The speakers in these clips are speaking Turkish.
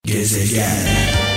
Gezegen.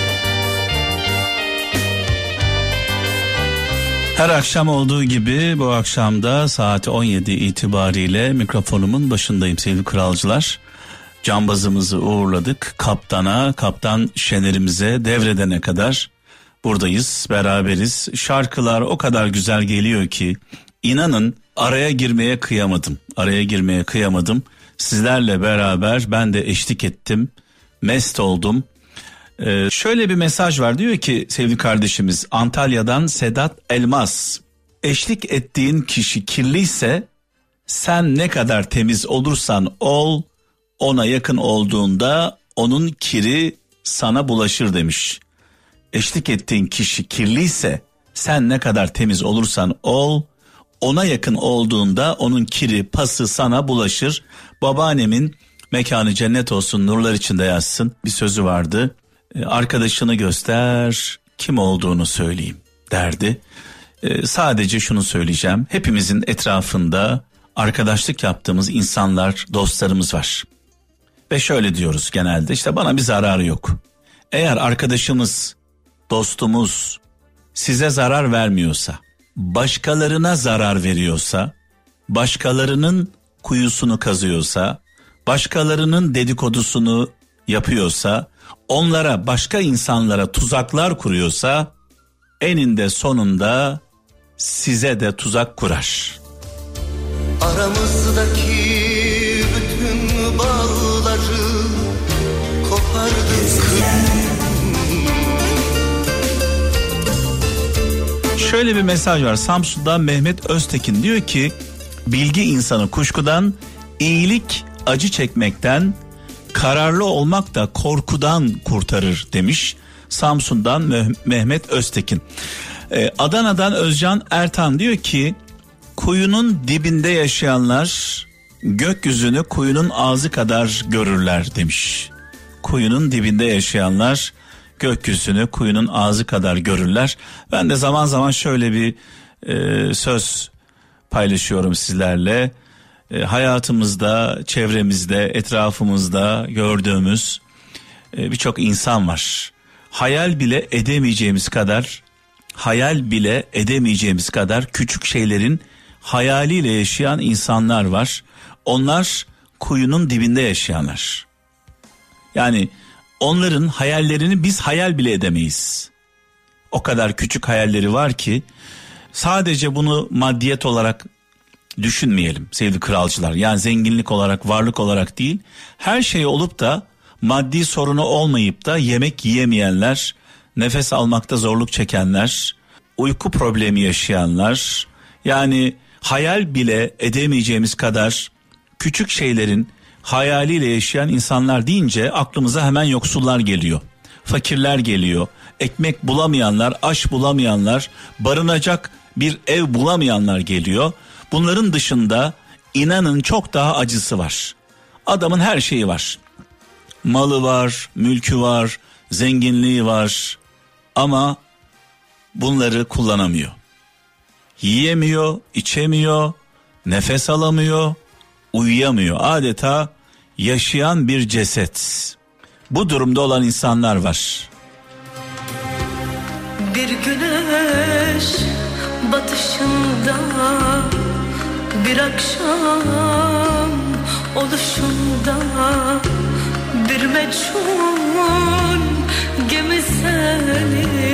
Her akşam olduğu gibi bu akşam da saat 17 itibariyle mikrofonumun başındayım sevgili kralcılar. Cambazımızı uğurladık. Kaptan Şener'imize devredene kadar buradayız, beraberiz. Şarkılar o kadar güzel geliyor ki inanın araya girmeye kıyamadım. Sizlerle beraber ben de eşlik ettim, mest oldum. Şöyle bir mesaj var, diyor ki sevgili kardeşimiz Antalya'dan Sedat Elmas. Eşlik ettiğin kişi kirliyse sen ne kadar temiz olursan ol, ona yakın olduğunda onun kiri sana bulaşır demiş. Eşlik ettiğin kişi kirliyse sen ne kadar temiz olursan ol, ona yakın olduğunda onun kiri pası sana bulaşır. Babaannemin mekanı cennet olsun, nurlar içinde yatsın, bir sözü vardı. Arkadaşını göster, kim olduğunu söyleyeyim derdi. Sadece şunu söyleyeceğim, hepimizin etrafında arkadaşlık yaptığımız insanlar, dostlarımız var. Ve şöyle diyoruz genelde, işte bana bir zararı yok. Eğer arkadaşımız, dostumuz size zarar vermiyorsa, başkalarına zarar veriyorsa, başkalarının kuyusunu kazıyorsa, başkalarının dedikodusunu yapıyorsa, onlara, başka insanlara tuzaklar kuruyorsa, eninde sonunda size de tuzak kurar. Aramızdaki bütün bağları kopardık. Şöyle bir mesaj var. Samsun'dan Mehmet Öztekin diyor ki, bilgi insanı kuşkudan, iyilik acı çekmekten, kararlı olmak da korkudan kurtarır demiş. Samsun'dan Mehmet Öztekin. Adana'dan Özcan Ertan diyor ki, kuyunun dibinde yaşayanlar gökyüzünü kuyunun ağzı kadar görürler demiş. Kuyunun dibinde yaşayanlar gökyüzünü kuyunun ağzı kadar görürler. Ben de zaman zaman şöyle bir söz paylaşıyorum sizlerle. Hayatımızda, çevremizde, etrafımızda gördüğümüz birçok insan var. Hayal bile edemeyeceğimiz kadar küçük şeylerin hayaliyle yaşayan insanlar var. Onlar kuyunun dibinde yaşayanlar. Yani onların hayallerini biz hayal bile edemeyiz. O kadar küçük hayalleri var ki, sadece bunu maddiyet olarak düşünmeyelim sevgili kralcılar. Yani zenginlik olarak, varlık olarak değil, her şey olup da maddi sorunu olmayıp da yemek yiyemeyenler, nefes almakta zorluk çekenler, uyku problemi yaşayanlar, yani hayal bile edemeyeceğimiz kadar küçük şeylerin hayaliyle yaşayan insanlar deyince aklımıza hemen yoksullar geliyor, fakirler geliyor, ekmek bulamayanlar, aş bulamayanlar, barınacak bir ev bulamayanlar geliyor. Bunların dışında inanın çok daha acısı var. Adamın her şeyi var. Malı var, mülkü var, zenginliği var ama bunları kullanamıyor. Yiyemiyor, içemiyor, nefes alamıyor, uyuyamıyor. Adeta yaşayan bir ceset. Bu durumda olan insanlar var. Bir güneş batışında, bir akşam oluşunda, bir mecnun gemisini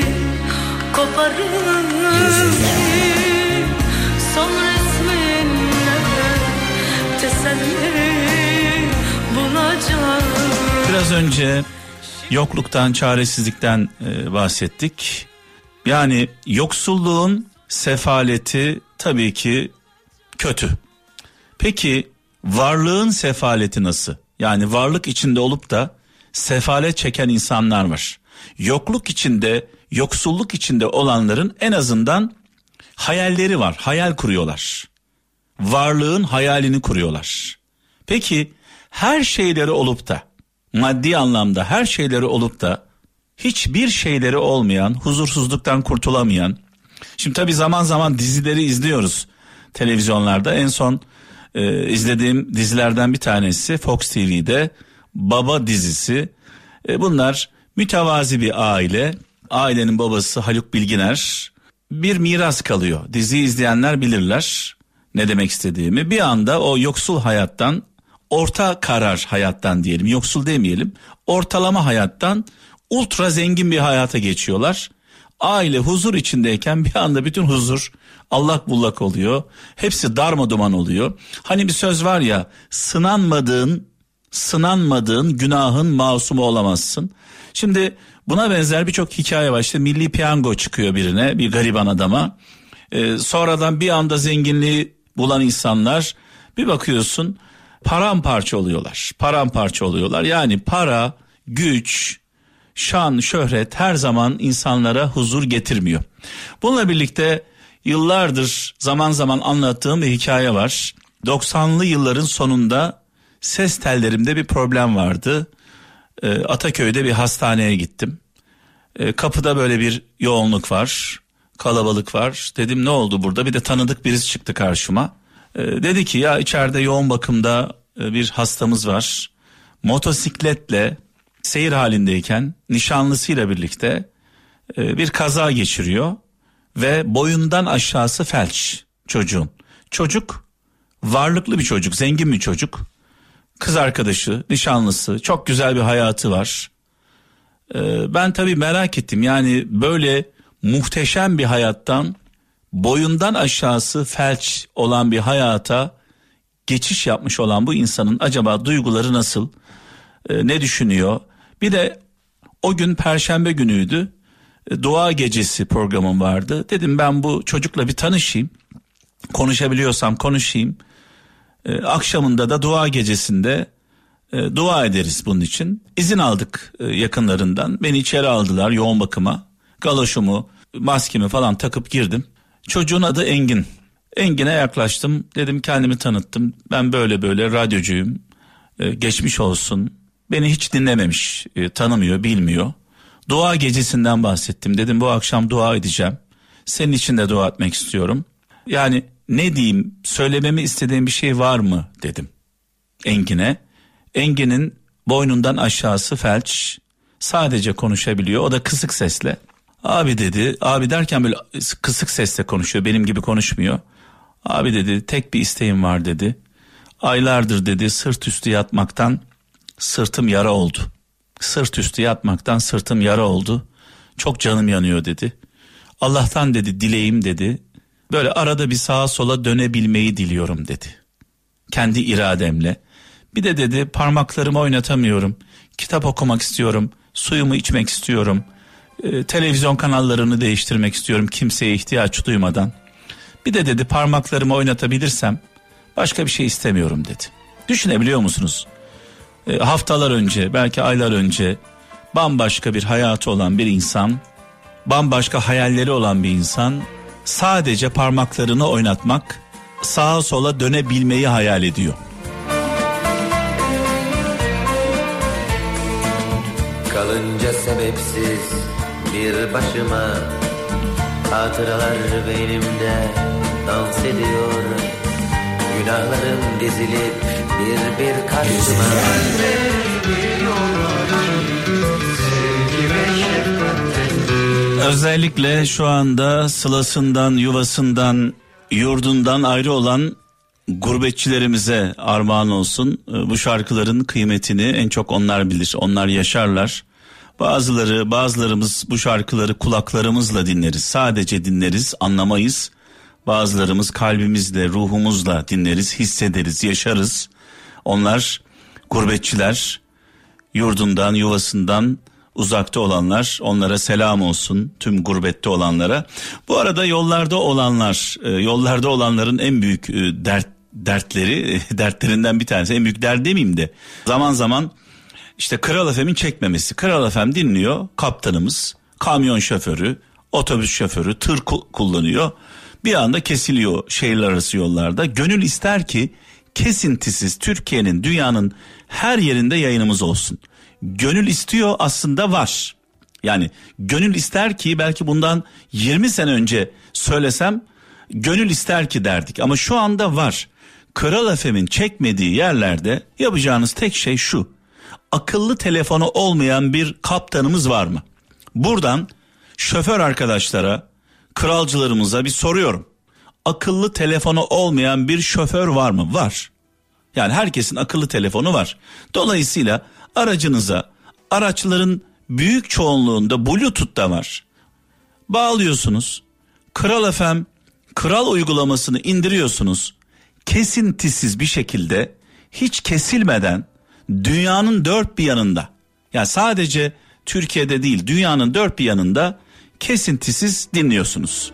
koparır ki son resminle teselli bulacak. Biraz önce yokluktan, çaresizlikten bahsettik. Yani yoksulluğun sefaleti tabii ki kötü. Peki varlığın sefaleti nasıl? Yani varlık içinde olup da sefalet çeken insanlar var. Yokluk içinde, yoksulluk içinde olanların en azından hayalleri var. Hayal kuruyorlar. Varlığın hayalini kuruyorlar. Peki her şeyleri olup da, maddi anlamda her şeyleri olup da hiçbir şeyleri olmayan, huzursuzluktan kurtulamayan. Şimdi tabii zaman zaman dizileri izliyoruz televizyonlarda. En son izlediğim dizilerden bir tanesi Fox TV'de Baba dizisi. Bunlar mütevazi bir aile. Ailenin babası Haluk Bilginer. Bir miras kalıyor. Dizi izleyenler bilirler ne demek istediğimi. Bir anda o yoksul hayattan, orta karar hayattan diyelim, yoksul demeyelim, ortalama hayattan ultra zengin bir hayata geçiyorlar. Aile huzur içindeyken bir anda bütün huzur allak bullak oluyor. Hepsi darmaduman oluyor. Hani bir söz var ya, sınanmadığın günahın masumu olamazsın. Şimdi buna benzer birçok hikaye var. İşte milli piyango çıkıyor birine, bir gariban adama. Sonradan bir anda zenginliği bulan insanlar bir bakıyorsun paramparça oluyorlar. Yani para, güç, şan, şöhret her zaman insanlara huzur getirmiyor. Bununla birlikte yıllardır zaman zaman anlattığım bir hikaye var. 90'lı yılların sonunda ses tellerimde bir problem vardı. Ataköy'de bir hastaneye gittim. Kapıda böyle bir yoğunluk var, kalabalık var. Dedim ne oldu burada? Bir de tanıdık birisi çıktı karşıma. Dedi ki ya içeride yoğun bakımda bir hastamız var. Motosikletle seyir halindeyken nişanlısıyla birlikte bir kaza geçiriyor ve boyundan aşağısı felç çocuğun. Çocuk varlıklı bir çocuk, zengin bir çocuk. Kız arkadaşı, nişanlısı, çok güzel bir hayatı var. Ben tabii merak ettim, yani böyle muhteşem bir hayattan boyundan aşağısı felç olan bir hayata geçiş yapmış olan bu insanın acaba duyguları nasıl, ne düşünüyor? Bir de o gün Perşembe günüydü, dua gecesi programım vardı. Dedim ben bu çocukla bir tanışayım, konuşabiliyorsam konuşayım. Akşamında da dua gecesinde dua ederiz bunun için. İzin aldık yakınlarından. Beni içeri aldılar yoğun bakıma. Galoşumu, maskemi falan takıp girdim. Çocuğun adı Engin. Engin'e yaklaştım. Dedim kendimi tanıttım. Ben böyle böyle radyocuyum. Geçmiş olsun. Beni hiç dinlememiş. Tanımıyor, bilmiyor. Dua gecesinden bahsettim. Dedim bu akşam dua edeceğim. Senin için de dua etmek istiyorum. Yani ne diyeyim, söylememi istediğin bir şey var mı dedim Engin'e. Engin'in boynundan aşağısı felç, sadece konuşabiliyor, o da kısık sesle. Abi dedi, abi derken böyle kısık sesle konuşuyor, benim gibi konuşmuyor. Abi dedi tek bir isteğim var dedi. Aylardır dedi sırt üstü yatmaktan sırtım yara oldu. Sırt üstü yatmaktan sırtım yara oldu. Çok canım yanıyor dedi. Allah'tan dedi dileğim dedi. Böyle arada bir sağa sola dönebilmeyi diliyorum dedi. Kendi irademle. Bir de dedi parmaklarımı oynatamıyorum. Kitap okumak istiyorum. Suyumu içmek istiyorum. Televizyon kanallarını değiştirmek istiyorum kimseye ihtiyaç duymadan. Bir de dedi parmaklarımı oynatabilirsem başka bir şey istemiyorum dedi. Düşünebiliyor musunuz? Haftalar önce, belki aylar önce bambaşka bir hayatı olan bir insan, bambaşka hayalleri olan bir insan sadece parmaklarını oynatmak, sağa sola dönebilmeyi hayal ediyor. Kalınca sebepsiz bir başıma, hatıralar beynimde dans ediyor. Günahlarım dizilip bir bir karşıma. Özellikle şu anda sılasından, yuvasından, yurdundan ayrı olan gurbetçilerimize armağan olsun. Bu şarkıların kıymetini en çok onlar bilir, onlar yaşarlar. Bazılarımız bu şarkıları kulaklarımızla dinleriz, sadece dinleriz, anlamayız. Bazılarımız kalbimizle, ruhumuzla dinleriz, hissederiz, yaşarız. Onlar gurbetçiler, yurdundan, yuvasından uzakta olanlar, onlara selam olsun tüm gurbette olanlara. Bu arada yollarda olanların en büyük dertlerinden bir tanesi, en büyük dert demeyeyim de zaman zaman işte Kral FM'in çekmemesi. Kral FM dinliyor, kaptanımız, kamyon şoförü, otobüs şoförü, tır kullanıyor. Bir anda kesiliyor şehirler arası yollarda. Gönül ister ki kesintisiz Türkiye'nin, dünyanın her yerinde yayınımız olsun. Gönül istiyor, aslında var. Yani gönül ister ki, belki bundan 20 sene önce söylesem gönül ister ki derdik. Ama şu anda var. Kral FM'in çekmediği yerlerde yapacağınız tek şey şu: akıllı telefonu olmayan bir kaptanımız var mı? Buradan şoför arkadaşlara, kralcılarımıza bir soruyorum. Akıllı telefonu olmayan bir şoför var mı? Var. Yani herkesin akıllı telefonu var. Dolayısıyla aracınıza, araçların büyük çoğunluğunda Bluetooth da var. Bağlıyorsunuz. Kral FM, Kral uygulamasını indiriyorsunuz. Kesintisiz bir şekilde, hiç kesilmeden dünyanın dört bir yanında, ya sadece Türkiye'de değil, dünyanın dört bir yanında kesintisiz dinliyorsunuz.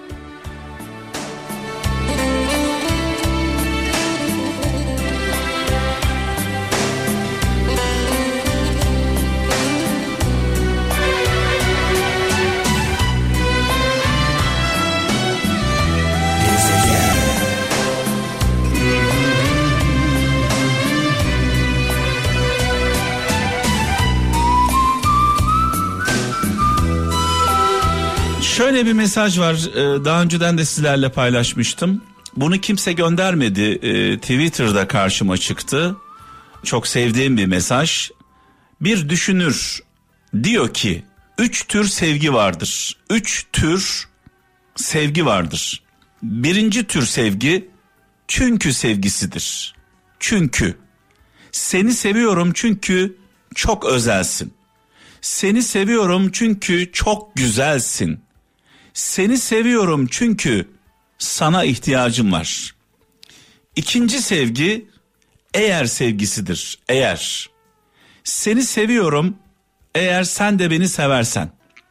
Şöyle bir mesaj var, daha önceden de sizlerle paylaşmıştım. Bunu kimse göndermedi, Twitter'da karşıma çıktı. Çok sevdiğim bir mesaj. Bir düşünür diyor ki 3 tür sevgi vardır. 3 tür sevgi vardır. Birinci tür sevgi çünkü sevgisidir. Çünkü seni seviyorum çünkü çok özelsin. Seni seviyorum çünkü çok güzelsin. Seni seviyorum çünkü sana ihtiyacım var. İkinci sevgi eğer sevgisidir. Eğer. Seni seviyorum eğer sen de beni seversen.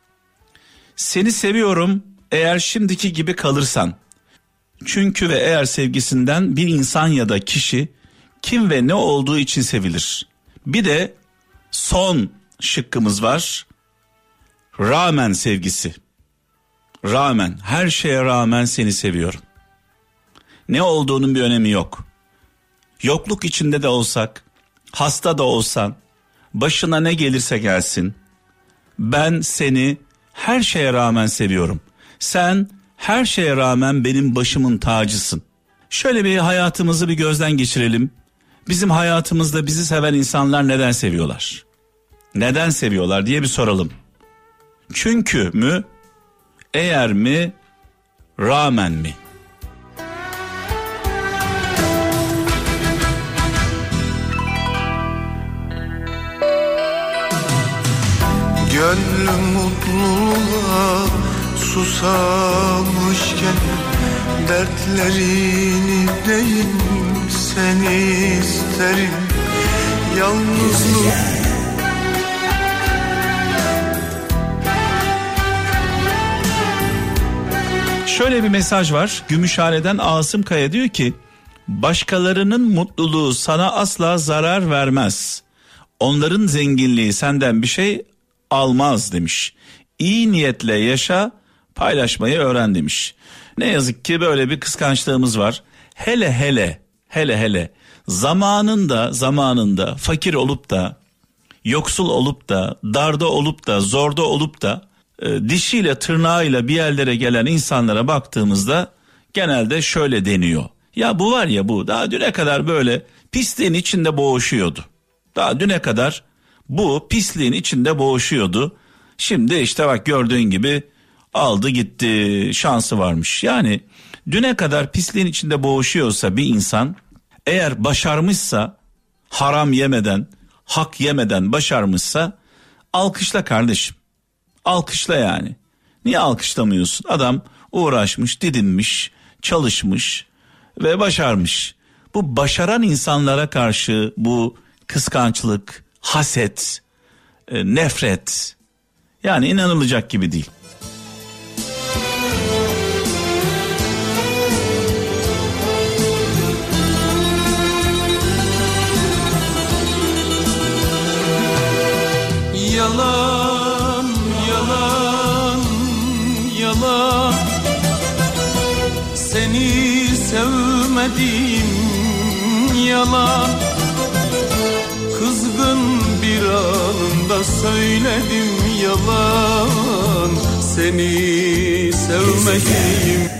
Seni seviyorum eğer şimdiki gibi kalırsan. Çünkü ve eğer sevgisinden bir insan ya da kişi kim ve ne olduğu için sevilir. Bir de son şıkkımız var. Rağmen sevgisi. Rağmen, her şeye rağmen seni seviyorum. Ne olduğunun bir önemi yok. Yokluk içinde de olsak, hasta da olsan, başına ne gelirse gelsin, ben seni her şeye rağmen seviyorum. Sen her şeye rağmen benim başımın tacısın. Şöyle bir hayatımızı bir gözden geçirelim. Bizim hayatımızda bizi seven insanlar neden seviyorlar? Neden seviyorlar diye bir soralım. Çünkü mü? Eğer mi, rağmen mi? Gönlüm mutluluğa susamışken dertlerini değil seni isterim. Yalnızlık. Şöyle bir mesaj var. Gümüşhane'den Asım Kaya diyor ki başkalarının mutluluğu sana asla zarar vermez. Onların zenginliği senden bir şey almaz demiş. İyi niyetle yaşa, paylaşmayı öğren demiş. Ne yazık ki böyle bir kıskançlığımız var. Hele zamanında fakir olup da, yoksul olup da, darda olup da, zorda olup da dişiyle tırnağıyla bir yerlere gelen insanlara baktığımızda genelde şöyle deniyor. Ya bu var ya, bu daha düne kadar böyle pisliğin içinde boğuşuyordu. Daha düne kadar bu pisliğin içinde boğuşuyordu. Şimdi işte bak gördüğün gibi aldı gitti, şansı varmış. Yani düne kadar pisliğin içinde boğuşuyorsa bir insan, eğer başarmışsa, haram yemeden, hak yemeden başarmışsa alkışla kardeşim. Alkışla yani. Niye alkışlamıyorsun? Adam uğraşmış, didinmiş, çalışmış ve başarmış. Bu başaran insanlara karşı bu kıskançlık, haset, nefret, yani inanılacak gibi değil. Yalan, yalan, yalan. Seni sevmedim, yalan. Kızgın bir anında söyledim yalan. Seni sevmedim.